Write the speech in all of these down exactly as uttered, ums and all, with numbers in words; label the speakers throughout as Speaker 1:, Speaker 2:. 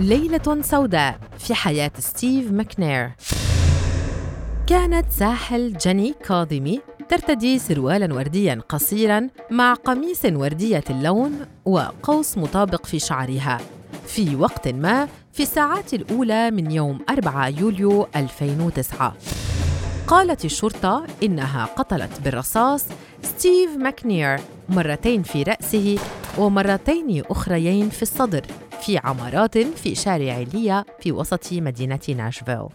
Speaker 1: ليلة سوداء في حياة ستيف ماكنير. كانت ساحل جيني كاظمي ترتدي سروالاً وردياً قصيراً مع قميص وردية اللون وقوس مطابق في شعرها في وقت ما في الساعات الأولى من يوم أربعة يوليو ألفين وتسعة. قالت الشرطة إنها قتلت بالرصاص ستيف ماكنير مرتين في رأسه ومرتين أخريين في الصدر في عمارات في شارع ليا في وسط مدينة ناشفيل.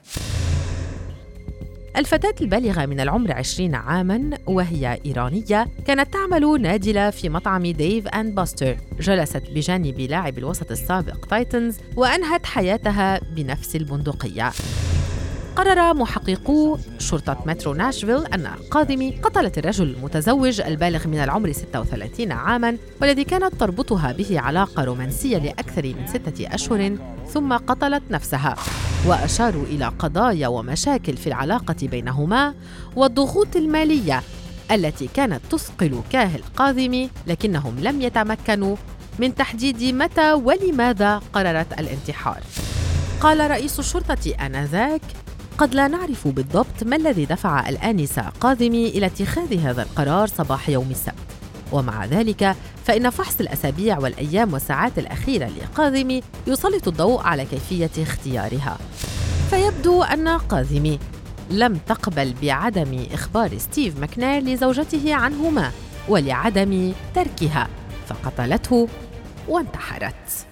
Speaker 1: الفتاة البالغة من العمر عشرين عاماً وهي إيرانية كانت تعمل نادلة في مطعم ديف أند باستر. جلست بجانب لاعب الوسط السابق تايتنز وأنهت حياتها بنفس البندقية. قرر محققو شرطة مترو ناشفيل أن قاذمي قتلت الرجل المتزوج البالغ من العمر ستة وثلاثين عاماً والذي كانت تربطها به علاقة رومانسية لأكثر من ستة أشهر ثم قتلت نفسها، وأشاروا إلى قضايا ومشاكل في العلاقة بينهما والضغوط المالية التي كانت تثقل كاهل قاذمي، لكنهم لم يتمكنوا من تحديد متى ولماذا قررت الانتحار. قال رئيس الشرطة آنذاك: قد لا نعرف بالضبط ما الذي دفع الآنسة قاذمي إلى اتخاذ هذا القرار صباح يوم السبت، ومع ذلك فإن فحص الأسابيع والأيام والساعات الأخيرة لقاذمي يسلط الضوء على كيفية اختيارها. فيبدو أن قاذمي لم تقبل بعدم إخبار ستيف ماكنير لزوجته عنهما ولعدم تركها، فقتلته وانتحرت.